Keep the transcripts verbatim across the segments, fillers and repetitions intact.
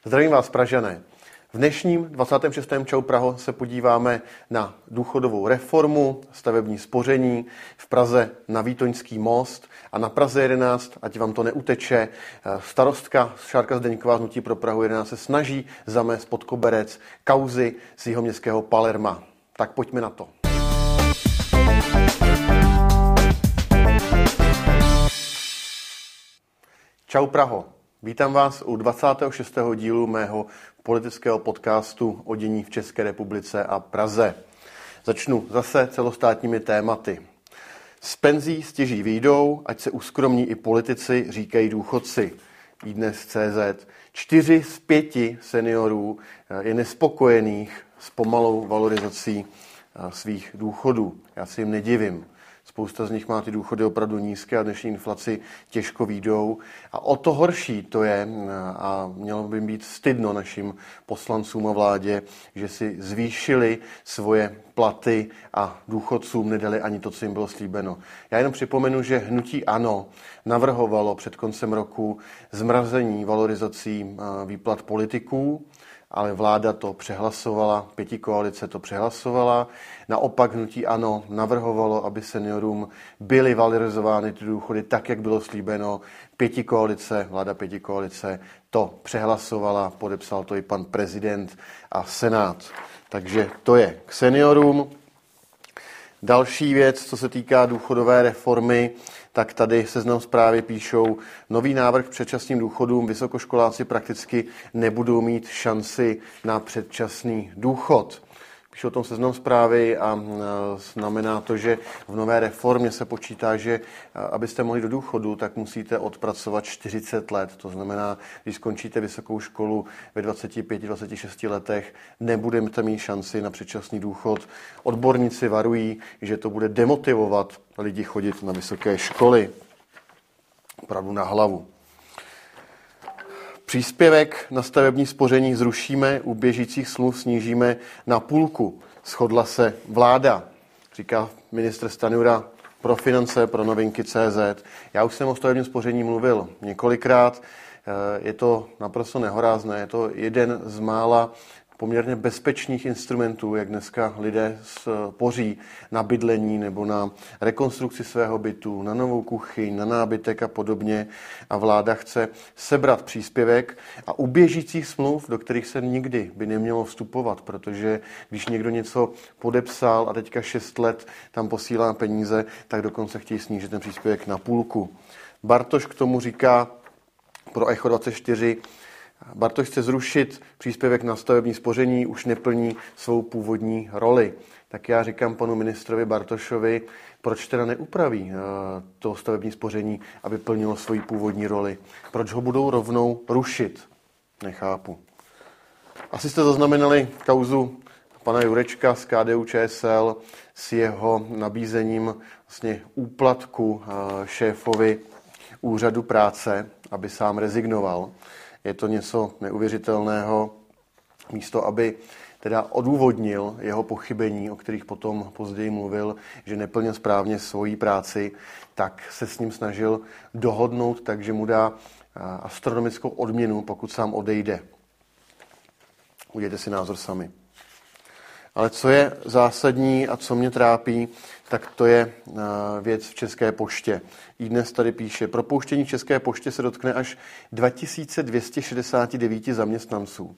Zdravím vás, Pražané. V dnešním dvacátém šestém Čau Praho se podíváme na důchodovou reformu, stavební spoření, v Praze na Vítoňský most a na Praze jedenáct, ať vám to neuteče, starostka Šárka Zdeňková z Hnutí pro Prahu jedenáct se snaží zamést pod koberec kauzy z jihoměstského Palerma. Tak pojďme na to. Čau Praho. Vítám vás u dvacátého šestého dílu mého politického podcastu o dění v České republice a Praze. Začnu zase celostátními tématy. Z penzí stěží vyjdou, ať se uskromní i politici, říkají důchodci. iDnes tečka cé zet. Čtyři z pěti seniorů je nespokojených s pomalou valorizací svých důchodů. Já si jim nedivím. Spousta z nich má ty důchody opravdu nízké a dnešní inflaci těžko vyjdou. A o to horší to je, a mělo by být stydno našim poslancům a vládě, že si zvýšili svoje platy a důchodcům nedali ani to, co jim bylo slíbeno. Já jenom připomenu, že hnutí ANO navrhovalo před koncem roku zmrazení valorizací výplat politiků, ale vláda to přehlasovala, pětikoalice to přehlasovala. Naopak hnutí ANO navrhovalo, aby seniorům byly valorizovány ty důchody tak, jak bylo slíbeno. Pětikoalice, vláda pětikoalice to přehlasovala, podepsal to i pan prezident a senát. Takže to je k seniorům. Další věc, co se týká důchodové reformy, tak tady Seznam Zprávy píšou, nový návrh k předčasným důchodům, vysokoškoláci prakticky nebudou mít šanci na předčasný důchod. Píšou o tom Seznam Zprávy a znamená to, že v nové reformě se počítá, že abyste mohli do důchodu, tak musíte odpracovat čtyřicet let. To znamená, když skončíte vysokou školu ve dvaceti pěti dvaceti šesti letech, nebudete mít šanci na předčasný důchod. Odborníci varují, že to bude demotivovat lidi chodit na vysoké školy. Opravdu na hlavu. Příspěvek na stavební spoření zrušíme, u běžících smluv snížíme na půlku. Shodla se vláda, říká ministr Stanjura pro finance, pro novinky tečka cé zet. Já už jsem o stavebním spoření mluvil několikrát. Je to naprosto nehorázné, je to jeden z mála poměrně bezpečných instrumentů, jak dneska lidé spoří na bydlení nebo na rekonstrukci svého bytu, na novou kuchyň, na nábytek a podobně. A vláda chce sebrat příspěvek a u běžících smluv, do kterých se nikdy by nemělo vstupovat, protože když někdo něco podepsal a teďka šest let tam posílá peníze, tak dokonce chtějí snížit ten příspěvek na půlku. Bartoš k tomu říká pro Echo dvacet čtyři, Bartoš chce zrušit příspěvek na stavební spoření, už neplní svou původní roli. Tak já říkám panu ministrovi Bartošovi, proč teda neupraví to stavební spoření, aby plnilo svoji původní roli? Proč ho budou rovnou rušit? Nechápu. Asi jste zaznamenali kauzu pana Jurečka z K D U Č S L s jeho nabízením vlastně úplatku šéfovi úřadu práce, aby sám rezignoval. Je to něco neuvěřitelného. Místo, aby teda odůvodnil jeho pochybení, o kterých potom později mluvil, že neplnil správně svoji práci, tak se s ním snažil dohodnout, takže mu dá astronomickou odměnu, pokud sám odejde. Udějte si názor sami. Ale co je zásadní a co mě trápí, tak to je věc v České poště. iDnes tady píše, propouštění v České poště se dotkne až dva tisíce dvě stě šedesát devět zaměstnanců.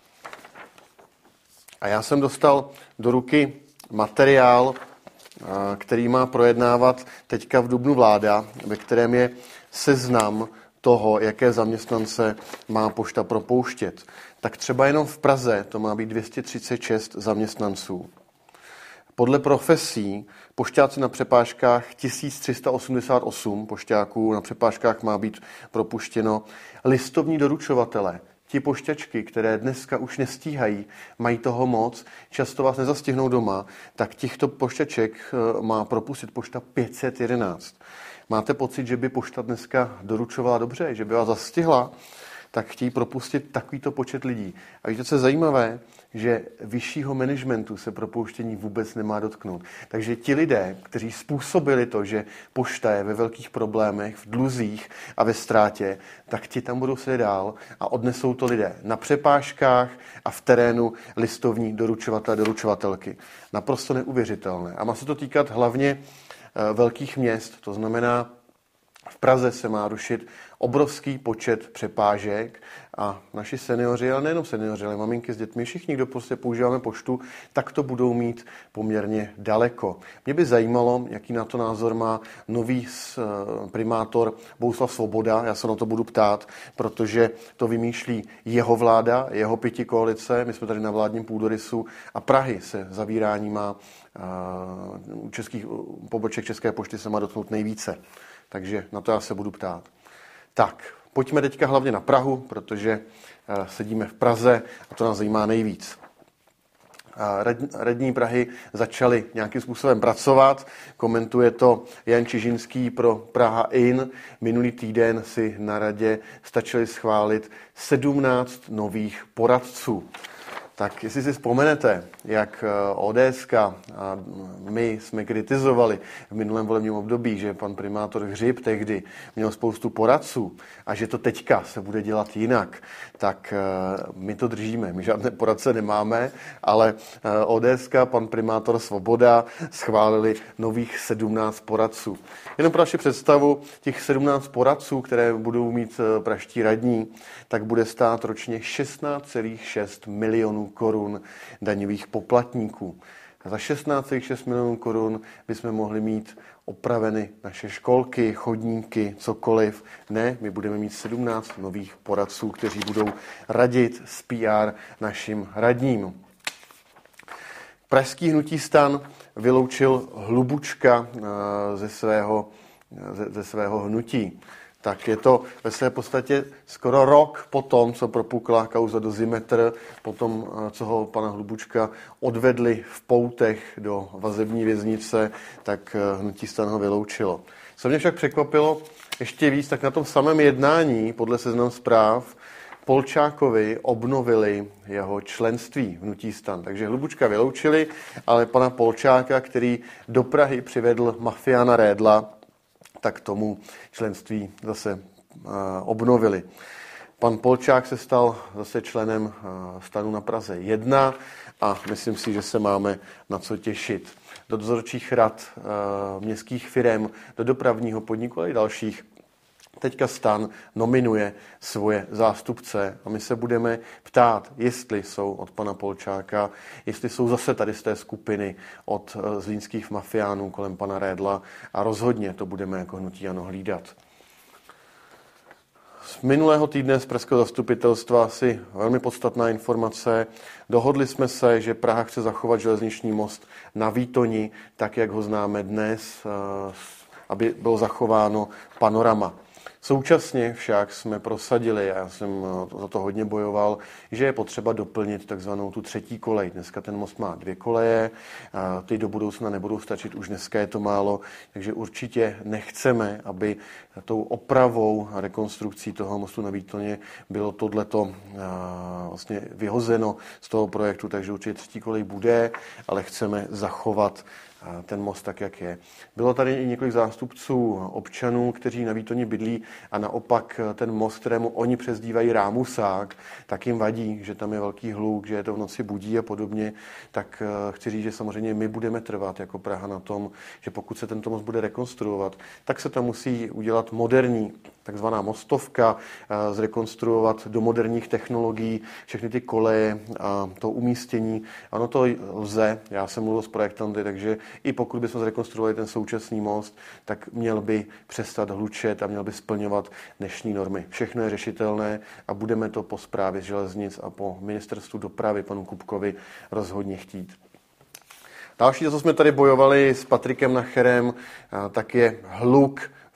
A já jsem dostal do ruky materiál, který má projednávat teďka v dubnu vláda, ve kterém je seznam toho, jaké zaměstnance má pošta propouštět. Tak třeba jenom v Praze to má být dvě stě třicet šest zaměstnanců. Podle profesí pošťáci na přepážkách tisíc tři sta osmdesát osm pošťáků na přepážkách má být propuštěno. Listovní doručovatelé, ti pošťačky, které dneska už nestíhají, mají toho moc, často vás nezastihnou doma, tak těchto pošťaček má propustit pošta pět set jedenáct. Máte pocit, že by pošta dneska doručovala dobře, že by vás zastihla? tak chtějí propustit takovýto počet lidí. A víte, co je zajímavé, že vyššího managementu se propouštění vůbec nemá dotknout. Takže ti lidé, kteří způsobili to, že pošta je ve velkých problémech, v dluzích a ve ztrátě, tak ti tam budou sedět dál a odnesou to lidé na přepážkách a v terénu listovní doručovatelé, doručovatelky. Naprosto neuvěřitelné. A má se to týkat hlavně velkých měst, to znamená, v Praze se má rušit obrovský počet přepážek a naši seniori, ale nejenom seniori, ale maminky s dětmi, všichni, kdo prostě používáme poštu, tak to budou mít poměrně daleko. Mě by zajímalo, jaký na to názor má nový primátor Bohuslav Svoboda, já se na to budu ptát, protože to vymýšlí jeho vláda, jeho pětikoalice, my jsme tady na vládním půdorysu a Prahy se zavírání má, u českých poboček České pošty se má dotknout nejvíce. Takže na to já se budu ptát. Tak, pojďme teďka hlavně na Prahu, protože sedíme v Praze a to nás zajímá nejvíc. Radní Prahy začali nějakým způsobem pracovat. Komentuje to Jan Čižinský pro Praha In. Minulý týden si na radě stačili schválit sedmnáct nových poradců. Tak jestli si vzpomenete, jak ODSka a my jsme kritizovali v minulém volebním období, že pan primátor Hřib tehdy měl spoustu poradců a že to teďka se bude dělat jinak, tak my to držíme. My žádné poradce nemáme, ale ODSka, pan primátor Svoboda schválili nových sedmnáct poradců. Jenom pro naši představu, těch sedmnáct poradců, které budou mít praští radní, tak bude stát ročně šestnáct celá šest milionů korun daňových poplatníků. Za šestnáct celá šest milionů korun bychom mohli mít opraveny naše školky, chodníky, cokoliv. Ne, my budeme mít sedmnáct nových poradců, kteří budou radit s P R našim radním. Pražský hnutí STAN vyloučil Hlubučka ze svého, ze, ze svého hnutí. Tak je to ve své podstatě skoro rok po tom, co propukla kauza Dozimetr, po tom, co ho pana Hlubučka odvedli v poutech do vazební věznice, tak hnutí STAN ho vyloučilo. Co mě však překvapilo ještě víc, tak na tom samém jednání, podle Seznam Zpráv, Polčákovi obnovili jeho členství v hnutí STAN. Takže Hlubučka vyloučili, ale pana Polčáka, který do Prahy přivedl mafiána Redla, tak tomu členství zase uh, obnovili. Pan Polčák se stal zase členem uh, STANu na Praze jedna a myslím si, že se máme na co těšit. Do dozorčích rad uh, městských firem, do dopravního podniku, ale i dalších. Teďka STAN nominuje svoje zástupce a my se budeme ptát, jestli jsou od pana Polčáka, jestli jsou zase tady z té skupiny od zlínských mafiánů kolem pana Redla a rozhodně to budeme jako hnutí ANO hlídat. Z minulého týdne z pražského zastupitelstva asi velmi podstatná informace. Dohodli jsme se, že Praha chce zachovat železniční most na Výtoni, tak jak ho známe dnes, aby bylo zachováno panorama. Současně však jsme prosadili, a já jsem za to hodně bojoval, že je potřeba doplnit takzvanou tu třetí kolej. Dneska ten most má dvě koleje, a ty do budoucna nebudou stačit, už dneska je to málo, takže určitě nechceme, aby tou opravou a rekonstrukcí toho mostu na Výtoně bylo tohleto vlastně vyhozeno z toho projektu, takže určitě třetí kolej bude, ale chceme zachovat ten most tak, jak je. Bylo tady i několik zástupců občanů, kteří na Výtoni bydlí a naopak ten most, kterému oni přezdívají Rámusák, tak jim vadí, že tam je velký hluk, že je to v noci budí a podobně. Tak chci říct, že samozřejmě my budeme trvat jako Praha na tom, že pokud se tento most bude rekonstruovat, tak se tam musí udělat moderní takzvaná mostovka, zrekonstruovat do moderních technologií všechny ty koleje a to umístění. Ano, to lze, já jsem mluvil s projektanty, takže i pokud bychom zrekonstruovali ten současný most, tak měl by přestat hlučet a měl by splňovat dnešní normy. Všechno je řešitelné a budeme to po správě železnic a po ministerstvu dopravy panu Kupkovi rozhodně chtít. Další, co jsme tady bojovali s Patrikem Nacherem, tak je hluk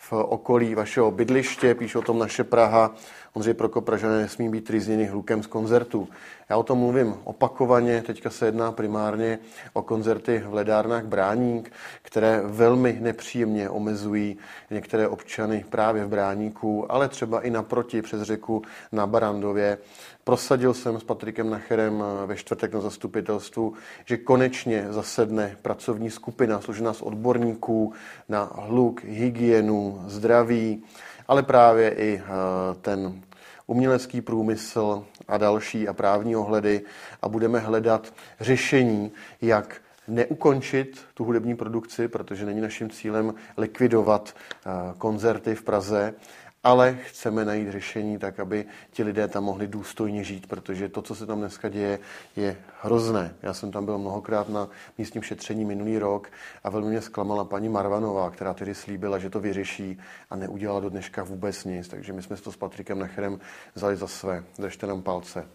v okolí vašeho bydliště, píše o tom Naše Praha. Ondřej Prokop: Pražané nesmí být trýzněni hlukem z koncertů. Já o tom mluvím opakovaně, teďka se jedná primárně o koncerty v ledárnách Bráník, které velmi nepříjemně omezují některé občany právě v Bráníku, ale třeba i naproti přes řeku na Barandově. Prosadil jsem s Patrikem Nacherem ve čtvrtek na zastupitelstvu, že konečně zasedne pracovní skupina složená z odborníků na hluk, hygienu, zdraví, ale právě i ten umělecký průmysl a další a právní ohledy, a budeme hledat řešení, jak neukončit tu hudební produkci, protože není naším cílem likvidovat koncerty v Praze, ale chceme najít řešení tak, aby ti lidé tam mohli důstojně žít, protože to, co se tam dneska děje, je hrozné. Já jsem tam byl mnohokrát na místním šetření minulý rok a velmi mě zklamala paní Marvanová, která tedy slíbila, že to vyřeší, a neudělala do dneška vůbec nic. Takže my jsme to s Patrikem Nacherem vzali za své. Držte nám palce.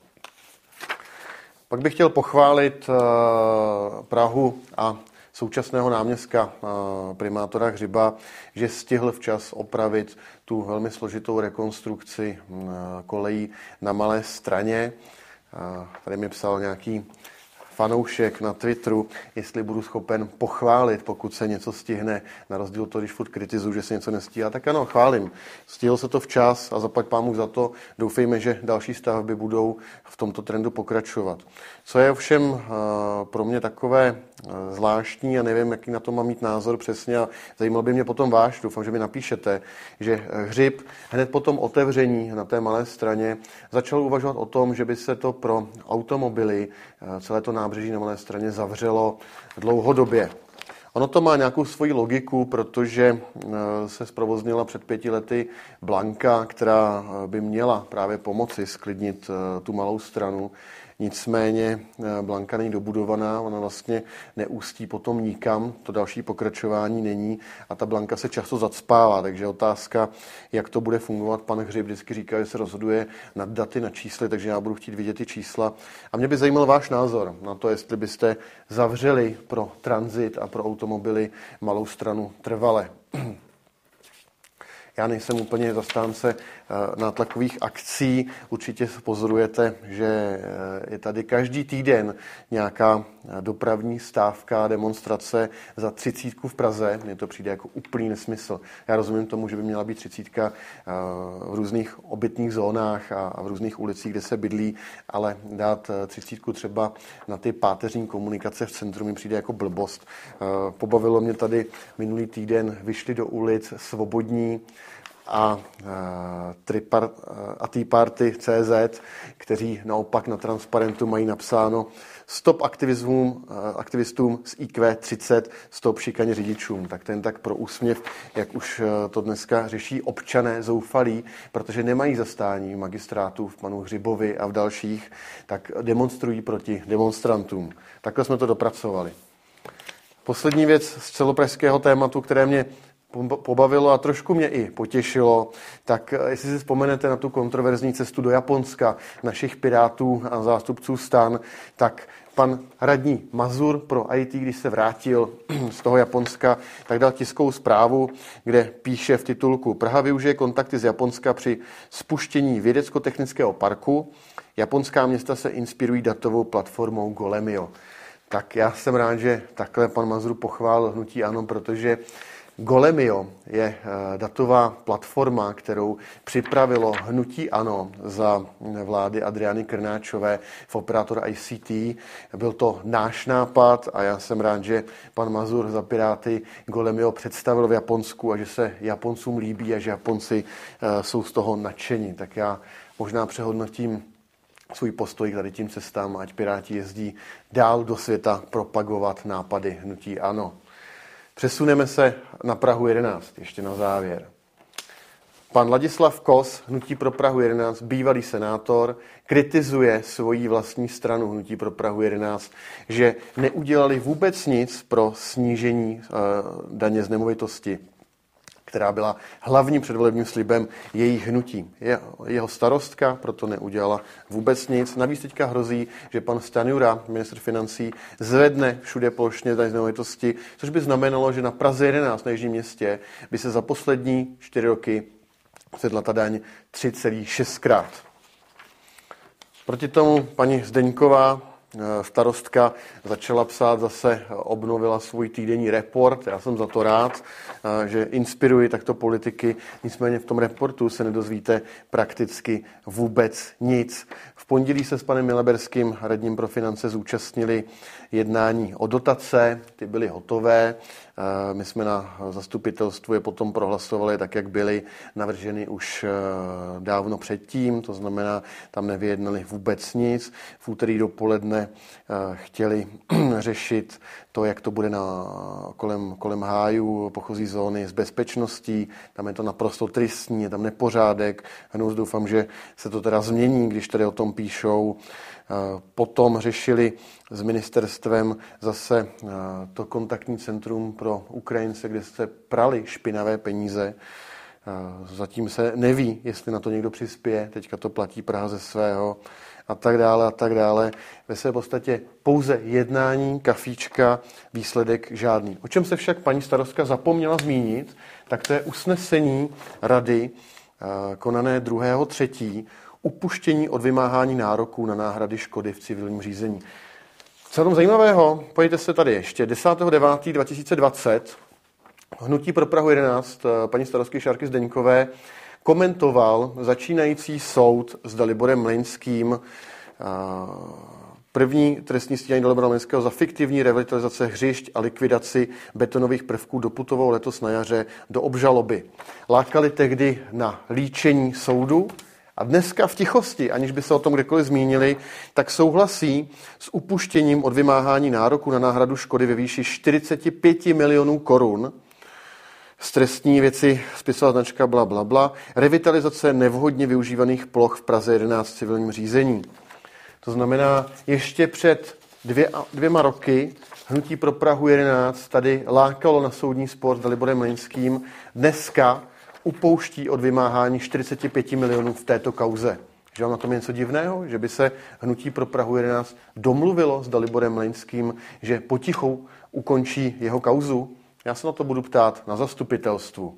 Pak bych chtěl pochválit uh, Prahu a současného náměstka primátora Hřiba, že stihl včas opravit tu velmi složitou rekonstrukci kolejí na Malé Straně. Tady mi psal nějaký fanoušek na Twitteru, jestli budu schopen pochválit, pokud se něco stihne, na rozdíl od toho, když furt kritizuju, že se něco nestíhá. Tak ano, chválím. Stihl se to včas a zaplať pánbůh za to. Doufejme, že další stavby budou v tomto trendu pokračovat. Co je ovšem pro mě takové zvláštní, a nevím, jaký na to mám mít názor přesně, a zajímal by mě potom váš, doufám, že mi napíšete, že Hřib hned po tom otevření na té Malé Straně začal uvažovat o tom, že by se to pro automobily, celé to nábřeží na Malé Straně, zavřelo dlouhodobě. Ono to má nějakou svoji logiku, protože se zprovoznila před pěti lety Blanka, která by měla právě pomoci sklidnit tu Malou Stranu. Nicméně Blanka není dobudovaná, ona vlastně neústí potom nikam, to další pokračování není a ta Blanka se často zacpává, takže otázka, jak to bude fungovat. Pan Hřib vždycky říká, že se rozhoduje nad daty, na čísly, takže já budu chtít vidět ty čísla. A mě by zajímal váš názor na to, jestli byste zavřeli pro tranzit a pro automobily Malou Stranu trvale. Já nejsem úplně zastánce nátlakových akcí. Určitě pozorujete, že je tady každý týden nějaká dopravní stávka, demonstrace za třicítku v Praze. Mně to přijde jako úplný nesmysl. Já rozumím tomu, že by měla být třicítka v různých obytných zónách a v různých ulicích, kde se bydlí, ale dát třicítku třeba na ty páteřní komunikace v centru mi přijde jako blbost. Pobavilo mě tady minulý týden, vyšli do ulic Svobodní a Tripart, a Tea Party tečka cé zet, kteří naopak na transparentu mají napsáno stop aktivistům, aktivistům z í kvé třicet, stop šikaně řidičům. Tak ten tak pro úsměv, jak už to dneska řeší občané zoufalí, protože nemají zastání v magistrátu, v panu Hřibovi a v dalších, tak demonstrují proti demonstrantům. Takhle jsme to dopracovali. Poslední věc z celopražského tématu, které mě pobavilo a trošku mě i potěšilo, tak jestli si vzpomenete na tu kontroverzní cestu do Japonska našich pirátů a zástupců STAN, tak pan radní Mazur pro í té, když se vrátil z toho Japonska, tak dal tiskovou zprávu, kde píše v titulku: Praha využije kontakty z Japonska při spuštění vědecko-technického parku. Japonská města se inspirují datovou platformou Golemio. Tak já jsem rád, že takhle pan Mazur pochválil hnutí ANO, protože Golemio je datová platforma, kterou připravilo hnutí ANO za vlády Adriany Krnáčové v Operátor í cé té. Byl to náš nápad a já jsem rád, že pan Mazur za Piráty Golemio představil v Japonsku a že se Japoncům líbí a že Japonci jsou z toho nadšení. Tak já možná přehodnotím svůj postoj k tady tím cestám, ať Piráti jezdí dál do světa propagovat nápady hnutí ANO. Přesuneme se na Prahu jedenáct, ještě na závěr. Pan Ladislav Kos, Hnutí pro Prahu jedenáct, bývalý senátor, kritizuje svoji vlastní stranu Hnutí pro Prahu jedenáct, že neudělali vůbec nic pro snížení uh, daně z nemovitosti. která byla hlavním předvolebním slibem jejich hnutí. Je, jeho starostka proto neudělala vůbec nic. Navíc teďka hrozí, že pan Stanjura, ministr financí, zvedne všude plošně daň z nemovitosti, což by znamenalo, že na Praze jedenáct, na jižním městě, by se za poslední čtyři roky zvedla ta daň tři celá šest krát. Proti tomu paní Zdeňková, starostka, začala psát zase, obnovila svůj týdenní report. Já jsem za to rád, že inspiruji takto politiky. Nicméně v tom reportu se nedozvíte prakticky vůbec nic. V pondělí se s panem Mileberským, radním pro finance, zúčastnili jednání o dotace. Ty byly hotové. My jsme na zastupitelstvu je potom prohlasovali tak, jak byly navrženy už dávno předtím. To znamená, tam nevyjednali vůbec nic. V úterý dopoledne chtěli řešit to, jak to bude na, kolem, kolem hájů, pochozí zóny s bezpečností. Tam je to naprosto tristní, je tam nepořádek. Hnus doufám, že se to teda změní, když tady o tom píšou. Potom řešili s ministerstvem zase to kontaktní centrum pro Ukrajince, kde se prali špinavé peníze. Zatím se neví, jestli na to někdo přispěje. Teďka to platí Praha ze svého a tak dále a tak dále. Ve své podstatě pouze jednání, kafíčka, výsledek žádný. O čem se však paní starostka zapomněla zmínit, tak to je usnesení rady konané druhého třetího upuštění od vymáhání nároků na náhrady škody v civilním řízení. Co tam zajímavého? Pojďte se tady ještě. desátého devátého dva tisíce dvacet Hnutí pro Prahu jedenáct paní starostky Šárky Zdeňkové komentoval začínající soud s Daliborem Mlejnským. První trestní stíhání Dalibora Mlejnského za fiktivní revitalizace hřišť a likvidaci betonových prvků doputovalo letos na jaře do obžaloby. Lákali tehdy na líčení soudu a dneska v tichosti, aniž by se o tom kdekoliv zmínili, tak souhlasí s upuštěním od vymáhání nároku na náhradu škody ve výši čtyřicet pět milionů korun. Z trestní věci spisová značka bla, bla, bla. Revitalizace nevhodně využívaných ploch v Praze jedenáct civilním řízení. To znamená, ještě před dvě, dvěma roky Hnutí pro Prahu jedenáct tady lákalo na soudní spor s Daliborem Mlejnským. Dneska upouští od vymáhání čtyřicet pět milionů v této kauze. Že vám na tom je něco divného? Že by se Hnutí pro Prahu jedenáct domluvilo s Daliborem Mlejnským, že potichu ukončí jeho kauzu? Já se na to budu ptát na zastupitelstvu.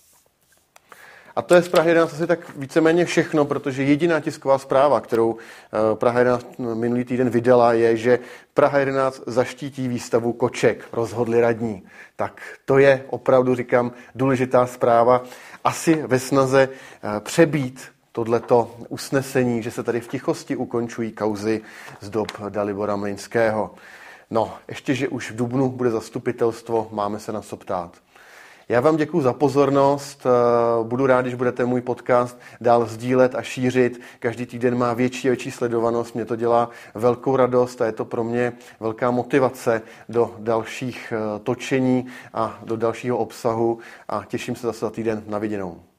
A to je z Prahy jedenáct asi tak víceméně všechno, protože jediná tisková zpráva, kterou Praha jedenáct minulý týden vydala, je, že Praha jedenáct zaštítí výstavu koček, rozhodli radní. Tak to je opravdu, říkám, důležitá zpráva. Asi ve snaze přebít tohleto usnesení, že se tady v tichosti ukončují kauzy z dob Dalibora Mlejnského. No, ještě, že už v dubnu bude zastupitelstvo, máme se na co ptát. Já vám děkuji za pozornost, budu rád, když budete můj podcast dál sdílet a šířit. Každý týden má větší a větší sledovanost, mě to dělá velkou radost a je to pro mě velká motivace do dalších točení a do dalšího obsahu a těším se zase za týden na viděnou.